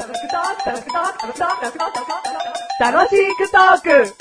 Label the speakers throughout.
Speaker 1: 楽しくトーク。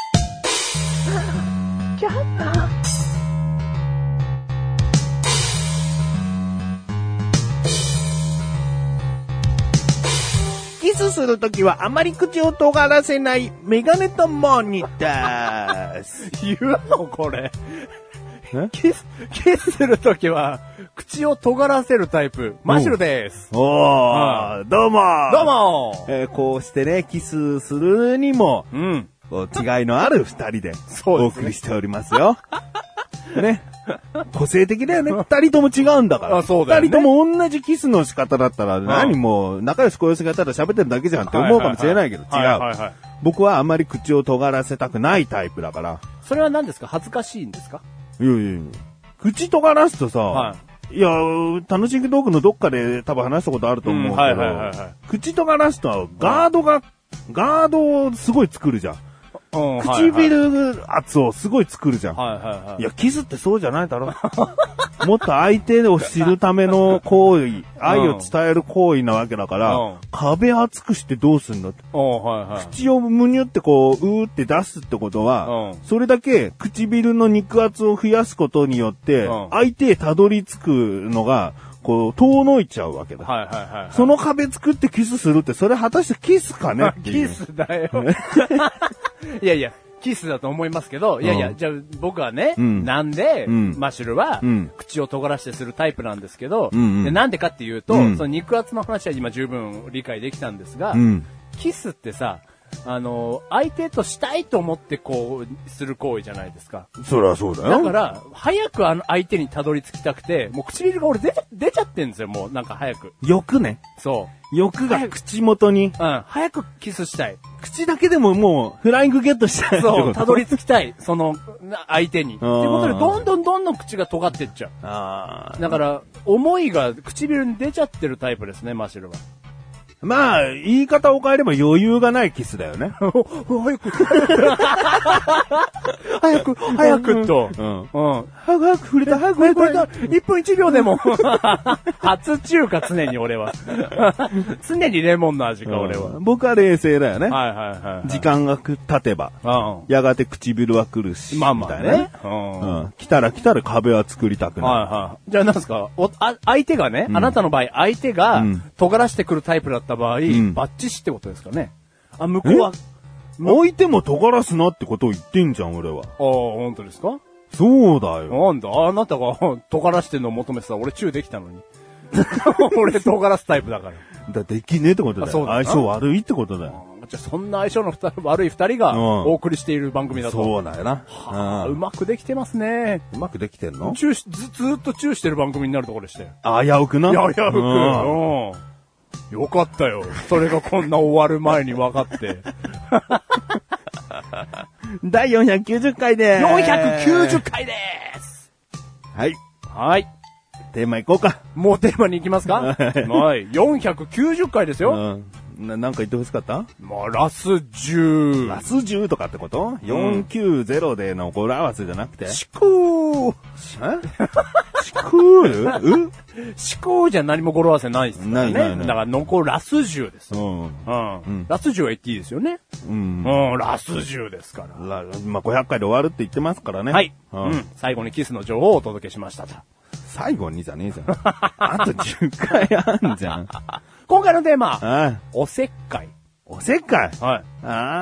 Speaker 2: キスするときはあまり口を尖らせないメガネとモニタース。
Speaker 1: 言うのこれ。キスするときは、口を尖らせるタイプ、マシュルです。
Speaker 2: おー、どうも
Speaker 1: どうも
Speaker 2: こうしてね、キスするにも、こう違いのある二人でお送りしておりますよ。ね。個性的だよね。二人とも違うんだから。
Speaker 1: あ、そうだよね。
Speaker 2: 二人とも同じキスの仕方だったら、何もう仲良し小良しがやったら喋ってるだけじゃんって思うかもしれないけど、違う。僕はあまり口を尖らせたくないタイプだから。
Speaker 1: それは何ですか？恥ずかしいんですか？
Speaker 2: いや口尖らすとさ、いや、楽しいトークのどっかで多分話したことあると思うけど、口尖らすとガードをすごい作るじゃん。唇圧をすごい作るじゃん。いや、キスってそうじゃないだろ。もっと相手を知るための行為、愛を伝える行為なわけだから、壁厚くしてどうすんのって。口をむにゅってこう、うーって出すってことは、それだけ唇の肉厚を増やすことによって、相手へたどり着くのが、こう、遠のいちゃうわけだ。その壁作ってキスするって、それ果たしてキスかねっていう。
Speaker 1: キスだよ。いやいや、キスだと思いますけど、いやいや、じゃあ僕はね、なんで、マシュルは、口を尖らしてするタイプなんですけど、でなんでかっていうと、その肉厚の話は今十分理解できたんですが、キスってさ、相手としたいと思ってこう、する行為じゃないですか。
Speaker 2: そりゃそうだよ。
Speaker 1: だから、早く相手にたどり着きたくて、もう唇が俺出ちゃってんですよ、もうなんか早く。
Speaker 2: 欲ね。
Speaker 1: そう。
Speaker 2: 欲が口元に。
Speaker 1: 早くキスしたい。
Speaker 2: 口だけでももう、フライングゲットしたい。
Speaker 1: そう、たどり着きたい。その、相手に。ってことで、どんどん口が尖ってっちゃう。だから、思いが唇に出ちゃってるタイプですね、マシルは。
Speaker 2: まあ、言い方を変えれば余裕がないキスだよね。早くと。
Speaker 1: 早く触れた。1分1秒でも。初中華常に俺は。常にレモンの味か、俺は。
Speaker 2: 僕は冷静だよね。時間が経てば。やがて唇は来るし。
Speaker 1: まあまあね。
Speaker 2: 来たら壁は作りたくな
Speaker 1: い。じゃあ何ですか？相手がね、あなたの場合、相手が尖らしてくるタイプだった場合、バッチシってことですかね。向こうは。
Speaker 2: 相手も尖らすなってことを言ってんじゃん、俺は。
Speaker 1: 本当ですか？
Speaker 2: そうだよ。
Speaker 1: なんだ、あなたが尖らしてんのを求めてたら俺チューできたのに。俺尖らすタイプだから。
Speaker 2: できねえってことだよ。相性悪いってことだよ。
Speaker 1: じゃあそんな相性の悪い二人がお送りしている番組だと。
Speaker 2: そうだよな。
Speaker 1: うまくできてますね。
Speaker 2: うまくできてんの？
Speaker 1: ずっとチューしてる番組になるところでしたよ。
Speaker 2: 危うくな。
Speaker 1: 危うく。よかったよ。それがこんな終わる前に分かって。
Speaker 2: 第490回でー
Speaker 1: す。490回でーす。
Speaker 2: はい。
Speaker 1: はい。
Speaker 2: テーマいこうか。
Speaker 1: もうテーマに行きますか？はい。490回ですよ。
Speaker 2: なんか言ってほしかった？
Speaker 1: まあ、ラス10。
Speaker 2: ラス10とかってこと？ 490 での語呂合わせじゃなくて？
Speaker 1: シクー。
Speaker 2: シクー？
Speaker 1: シクーじゃ何も語呂合わせないですからね。ない。だから残るラス10です。ラス10は言っていいですよね。ラス10ですから。
Speaker 2: まあ、500回で終わるって言ってますからね。
Speaker 1: はい。最後にキスの情報をお届けしましたと。
Speaker 2: 最後にじゃねえじゃん。あと10回あんじゃん。
Speaker 1: 今回のテーマ。おせっかい。
Speaker 2: おせっかい？
Speaker 1: はい。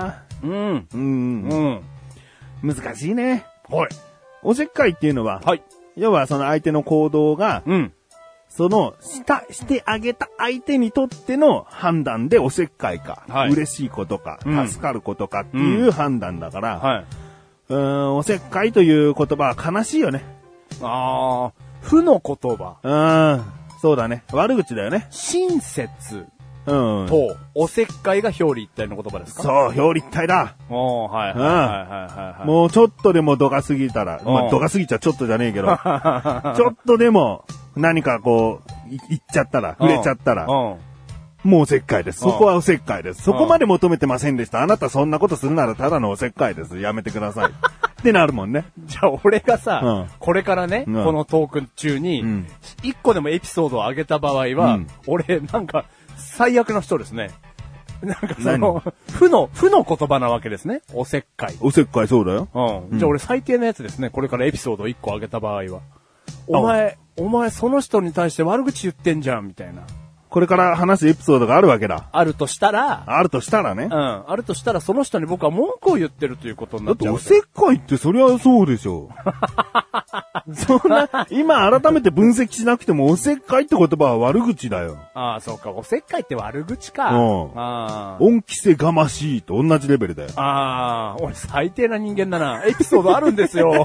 Speaker 2: 難しいね。
Speaker 1: はい。
Speaker 2: おせっかいっていうのは、
Speaker 1: はい。
Speaker 2: 要はその相手の行動が、その、してあげた相手にとっての判断でおせっかいか、嬉しいことか、助かることかっていう判断だから、おせっかいという言葉は悲しいよね。
Speaker 1: 負の言葉。
Speaker 2: そうだね。悪口だよね。
Speaker 1: 親切と、おせっかいが表裏一体の言葉ですか？
Speaker 2: そう、表裏一体だ。
Speaker 1: も
Speaker 2: うちょっとでも度が過ぎたら、度が過ぎちゃちょっとじゃねえけど、ちょっとでも何かこう、言っちゃったら、触れちゃったら、もうおせっかいです。そこはおせっかいです。そこまで求めてませんでした。あなたそんなことするならただのおせっかいです。やめてください。ってなるもんね。
Speaker 1: じゃあ俺がさ、これからね、このトーク中に、一個でもエピソードを上げた場合は、俺なんか最悪の人ですね。 なんかその、負の言葉なわけですね。おせっかい。
Speaker 2: おせっかい、そうだよ。
Speaker 1: うん。じゃあ俺最低なやつですね。これからエピソード1個あげた場合は。お前その人に対して悪口言ってんじゃん、みたいな。
Speaker 2: これから話すエピソードがあるわけだ。
Speaker 1: あるとしたら
Speaker 2: ね。
Speaker 1: うん。あるとしたらその人に僕は文句を言ってるということになっちゃう。
Speaker 2: だっておせっかいってそりゃそうでしょ。そんな、今改めて分析しなくてもおせっかいって言葉は悪口だよ。
Speaker 1: ああ、そうか。おせっかいって悪口か。
Speaker 2: 恩着せがましいと同じレベルだよ。
Speaker 1: ああ、俺最低な人間だな。エピソードあるんですよ。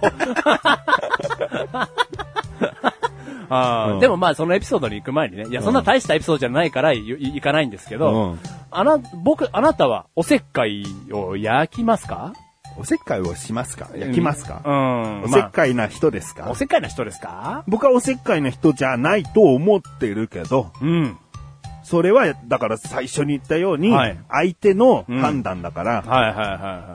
Speaker 1: でもまあそのエピソードに行く前にね、いやそんな大したエピソードじゃないから行かないんですけど、あなたはおせっかいを焼きますか？
Speaker 2: おせっかいをしますか？焼きますか？
Speaker 1: お
Speaker 2: せっかいな人ですか？
Speaker 1: おせっかいな人ですか？
Speaker 2: 僕はおせっかいな人じゃないと思ってるけど、それは、だから最初に言ったように、相手の判断だから、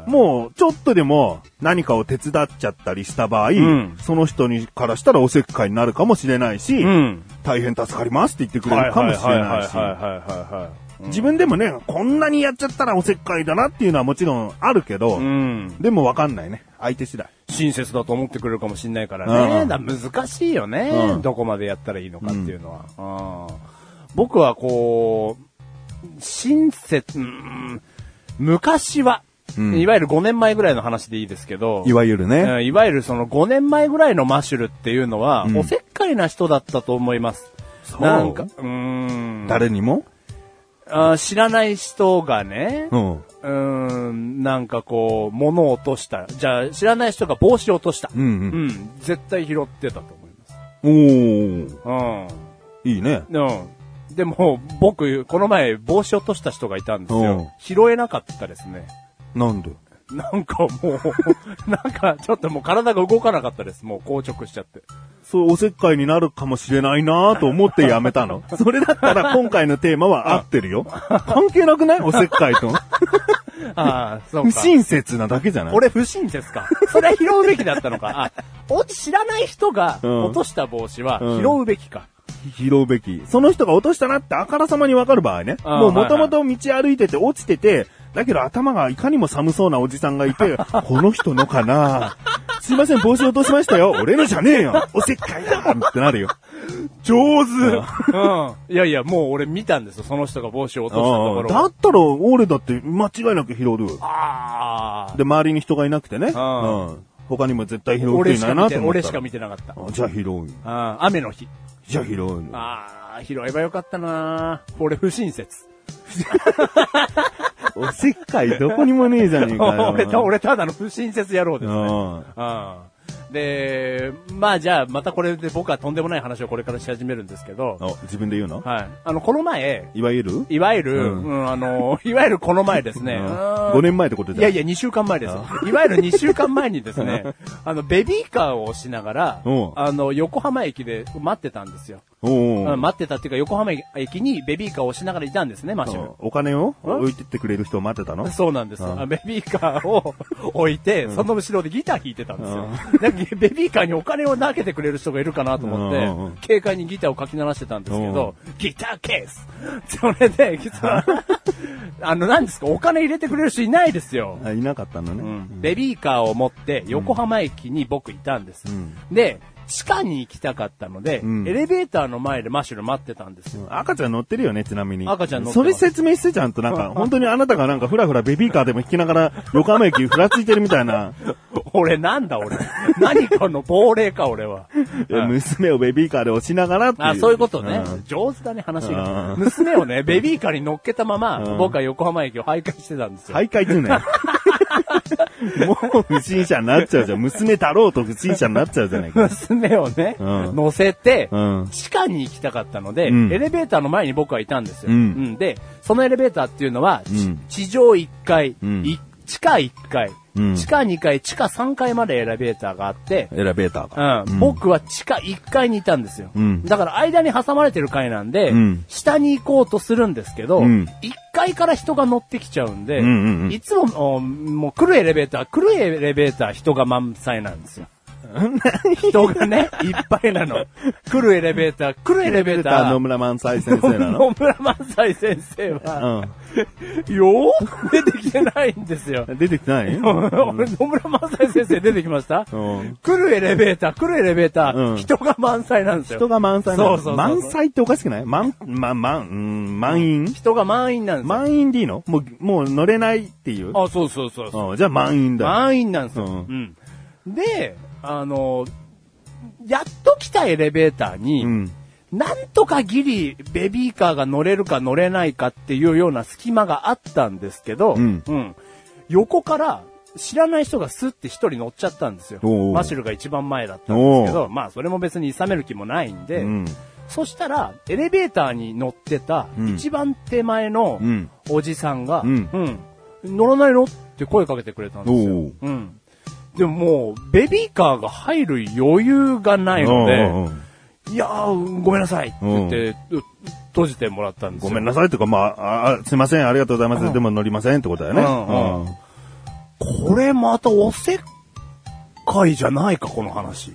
Speaker 2: もうちょっとでも何かを手伝っちゃったりした場合、その人にからしたらおせっかいになるかもしれないし、大変助かりますって言ってくれるかもしれないし、自分でもね、こんなにやっちゃったらおせっかいだなっていうのはもちろんあるけど、でもわかんないね。相手次第。
Speaker 1: 親切だと思ってくれるかもしれないからね。難しいよね、どこまでやったらいいのかっていうのは。僕はこう、親切、昔は、いわゆる5年前ぐらいの話でいいですけど、
Speaker 2: いわゆるね。
Speaker 1: いわゆるその5年前ぐらいのマシュルっていうのは、おせっかいな人だったと思います。なんか、
Speaker 2: 誰にも
Speaker 1: 知らない人がね、なんかこう、物を落とした。じゃあ、知らない人が帽子を落とした。絶対拾ってたと思います。
Speaker 2: いいね。
Speaker 1: でも、僕、この前、帽子落とした人がいたんですよ。拾えなかったですね。
Speaker 2: なんで？
Speaker 1: なんかもう、なんかちょっともう体が動かなかったです。もう硬直しちゃって。
Speaker 2: そう、おせっかいになるかもしれないなと思ってやめたの。それだったら今回のテーマは合ってるよ。関係なくない？おせっかいと。
Speaker 1: そうか。
Speaker 2: 不親切なだけじゃない？
Speaker 1: 俺不親切か。それは拾うべきだったのか。知らない人が落とした帽子は拾うべきか。
Speaker 2: 拾うべき。その人が落としたなってあからさまにわかる場合ね。もう元々道歩いてて落ちてて、だけど頭がいかにも寒そうなおじさんがいて、この人のかな？すいません、帽子落としましたよ。俺のじゃねえよ。おせっかいだってなるよ。
Speaker 1: 上手。いやいや、もう俺見たんですよ。その人が帽子を落としたところ。
Speaker 2: だったら、俺だって間違いなく拾う。で、周りに人がいなくてね。他にも絶対拾うっていないなと思った。
Speaker 1: 俺しか見てなかった。
Speaker 2: じゃあ拾う。
Speaker 1: 雨の日。
Speaker 2: じゃあ拾う。
Speaker 1: 拾えばよかったな。俺不親切。
Speaker 2: おせっかいどこにもねえじゃねえかよ。
Speaker 1: 俺ただの不親切野郎ですね。で、まあじゃあまたこれで僕はとんでもない話をこれからし始めるんですけど。
Speaker 2: 自分で言うの？
Speaker 1: はい。この前。
Speaker 2: いわゆる
Speaker 1: いわゆるこの前ですね。
Speaker 2: 5年前ってことじゃん。
Speaker 1: いやいや、2週間前です。いわゆる2週間前にですね、ベビーカーを押しながら、横浜駅で待ってたんですよ。待ってたっていうか、横浜駅にベビーカーを押しながらいたんですね、マシュル。
Speaker 2: お金を置いてってくれる人を待ってたの？
Speaker 1: そうなんです。ベビーカーを置いて、その後ろでギター弾いてたんですよ。ベビーカーにお金を投げてくれる人がいるかなと思って、軽快にギターをかき鳴らしてたんですけど、ギターケースそれで、何ですか、お金入れてくれる人いないですよ。
Speaker 2: いなかったのね。
Speaker 1: ベビーカーを持って横浜駅に僕いたんです。で、地下に行きたかったので、エレベーターの前でマシュル待ってたんですよ。
Speaker 2: 赤ちゃん乗ってるよね、ちなみに。
Speaker 1: 赤ちゃん乗ってる。
Speaker 2: それ説明してちゃんとなんか、本当にあなたがなんかふらふらベビーカーでも引きながら横浜駅ふらついてるみたいな。
Speaker 1: 俺。何かの亡霊か、俺は。
Speaker 2: 娘をベビーカーで押しながらっていう。
Speaker 1: そういうことね。上手だね、話が。娘をね、ベビーカーに乗っけたまま、僕は横浜駅を徘徊してたんですよ。
Speaker 2: 徘徊っていうね。もう不審者になっちゃうじゃん。娘だろうと不審者になっちゃうじゃないか。
Speaker 1: 娘をね、乗せて、地下に行きたかったので、エレベーターの前に僕はいたんですよ。で、そのエレベーターっていうのは、地上1階、地下1階、地下2階、地下3階までエレベーターがあって、
Speaker 2: エレベーターが。
Speaker 1: 僕は地下1階にいたんですよ。だから間に挟まれてる階なんで、下に行こうとするんですけど、1階から人が乗ってきちゃうんで、いつも、もう来るエレベーター、人が満載なんですよ。 人がね、いっぱいなの。来るエレベーター。
Speaker 2: 野村萬斎先生なの。
Speaker 1: 野村萬斎先生は、よー出てきてないんですよ。
Speaker 2: 出てきてない
Speaker 1: 野村萬斎先生出てきました、来るエレベーター、人が満載なんですよ。
Speaker 2: 人が満載なんです
Speaker 1: そう。
Speaker 2: 満載っておかしくない？満員
Speaker 1: 人が満員なんですよ。
Speaker 2: 満員でいいの？もう乗れないっていう？
Speaker 1: あ、そう。
Speaker 2: じゃあ満員だ。
Speaker 1: 満員なんですよ。で、やっと来たエレベーターに、なんとかギリベビーカーが乗れるか乗れないかっていうような隙間があったんですけど、横から知らない人がスッて一人乗っちゃったんですよ。マシュルが一番前だったんですけど、まあそれも別に諌める気もないんで、そしたらエレベーターに乗ってた一番手前のおじさんが、乗らないのって声かけてくれたんですよ。でももうベビーカーが入る余裕がないので、いやー、ごめんなさいって言って、閉じてもらったんですよ。
Speaker 2: ごめんなさいとか、すいません、ありがとうございます。でも乗りませんってことだよね。
Speaker 1: これまたおせっかいじゃないか、この話。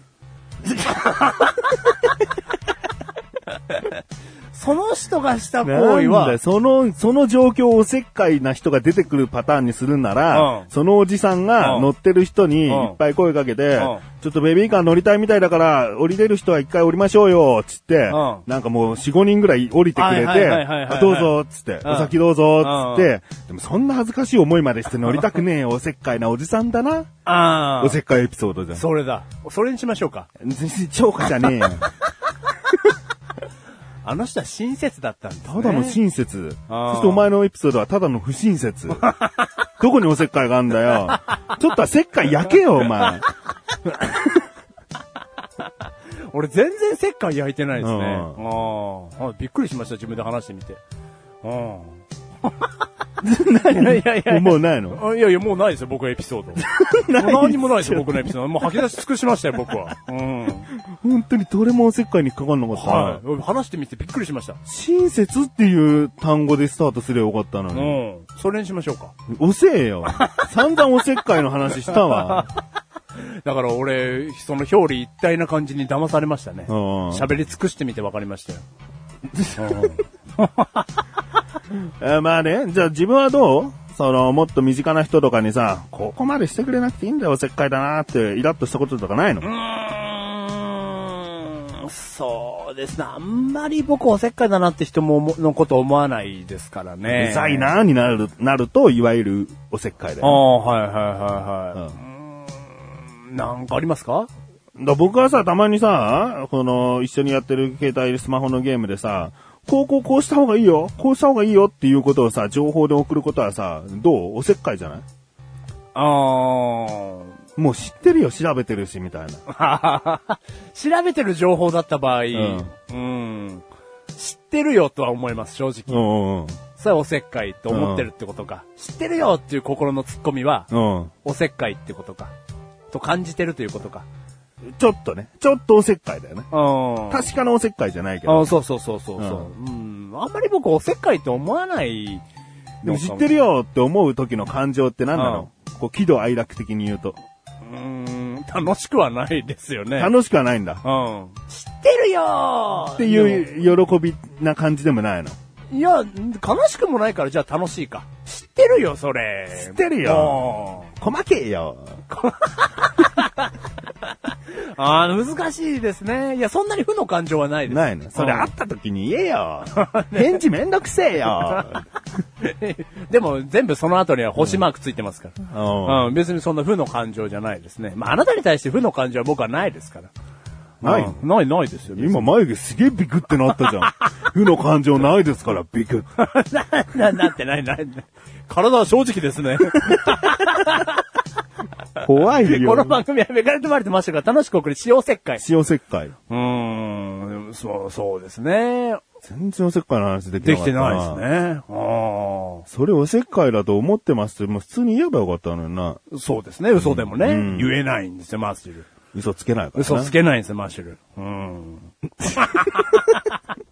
Speaker 1: その人がした行為は、
Speaker 2: その状況をおせっかいな人が出てくるパターンにするなら、そのおじさんが乗ってる人にいっぱい声かけて、ちょっとベビーカー乗りたいみたいだから、降りれる人は一回降りましょうよ、つって、なんかもう4、5人ぐらい降りてくれて、どうぞ、つって、お先どうぞ、つって、でもそんな恥ずかしい思いまでして乗りたくねえおせっかいなおじさんだな。おせっかいエピソードじゃん。
Speaker 1: それだ。それにしましょうか。
Speaker 2: 超過じゃねえよ。
Speaker 1: あの人は親切だったんですね。
Speaker 2: ただの親切。そしてお前のエピソードはただの不親切。どこにおせっかいがあんだよ。ちょっとはせっかい焼けよ、お前。
Speaker 1: 俺全然せっかい焼いてないですね。びっくりしました、自分で話してみて。
Speaker 2: 何もうないの？
Speaker 1: いや、もうないですよ、僕はエピソード。何もないですよ、僕のエピソード。もう吐き出し尽くしましたよ、僕は。
Speaker 2: 本当にどれもおせっかいにかかんなかった。
Speaker 1: はい。話してみてびっくりしました。
Speaker 2: 親切っていう単語でスタートすればよかったのに。
Speaker 1: それにしましょうか。
Speaker 2: おせえよ。散々おせっかいの話したわ。
Speaker 1: だから俺、その表裏一体な感じに騙されましたね。喋り尽くしてみて分かりましたよ。
Speaker 2: まあね、じゃあ自分はどう？もっと身近な人とかにさ、ここまでしてくれなくていいんだよ、おせっかいだなってイラッとしたこととかないの？
Speaker 1: そうですね。あんまり僕おせっかいだなって人のこと思わないですからね。
Speaker 2: うざいなになると、いわゆるおせっかいだよ、ね。
Speaker 1: はい。なんかありますか？
Speaker 2: 僕はさ、たまにさ、一緒にやってる携帯スマホのゲームでさ、こうした方がいいよ、こうした方がいいよっていうことをさ、情報で送ることはさ、どう？おせっかいじゃない？もう知ってるよ、調べてるし、みたいな。
Speaker 1: 調べてる情報だった場合、知ってるよとは思います、正直。それはおせっかいと思ってるってことか。知ってるよっていう心の突っ込みは、おせっかいってことか。と感じてるということか。
Speaker 2: ちょっとおせっかいだよね。確かなおせっかいじゃないけど。
Speaker 1: そう。あんまり僕おせっかいって思わない。
Speaker 2: でも知ってるよって思う時の感情って何なの？喜怒哀楽的に言うと。
Speaker 1: 楽しくはないですよね。
Speaker 2: 楽しくはないんだ。知
Speaker 1: ってるよ
Speaker 2: っていう喜びな感じでもないの？
Speaker 1: いや、悲しくもないからじゃあ楽しいか。知ってるよ、それ。
Speaker 2: 知ってるよ。細けよ。
Speaker 1: 難しいですね。いや、そんなに負の感情はないです。
Speaker 2: ないの？それ会った時に言えよ。返事めんどくせえよ。
Speaker 1: でも全部その後には星マークついてますから。別にそんな負の感情じゃないですね。まあ、あなたに対して負の感情は僕はないですから。ないですよ。
Speaker 2: 今眉毛すげえビクってなったじゃん。負の感情ないですから、ビク。
Speaker 1: なってない。体は正直ですね。
Speaker 2: 怖いよ。
Speaker 1: この番組はめがれてまれてましたから楽しく送る塩石灰。
Speaker 2: 塩石灰。
Speaker 1: そうですね。
Speaker 2: 全然おせっかいの話できなかった。
Speaker 1: できてないですね。
Speaker 2: それおせっかいだと思ってますって、もう普通に言えばよかったのにな。
Speaker 1: そうですね、嘘でもね。言えないんですよ、マッシュル。
Speaker 2: 嘘つけないからね。
Speaker 1: 嘘つけないんですよ、マッシュル。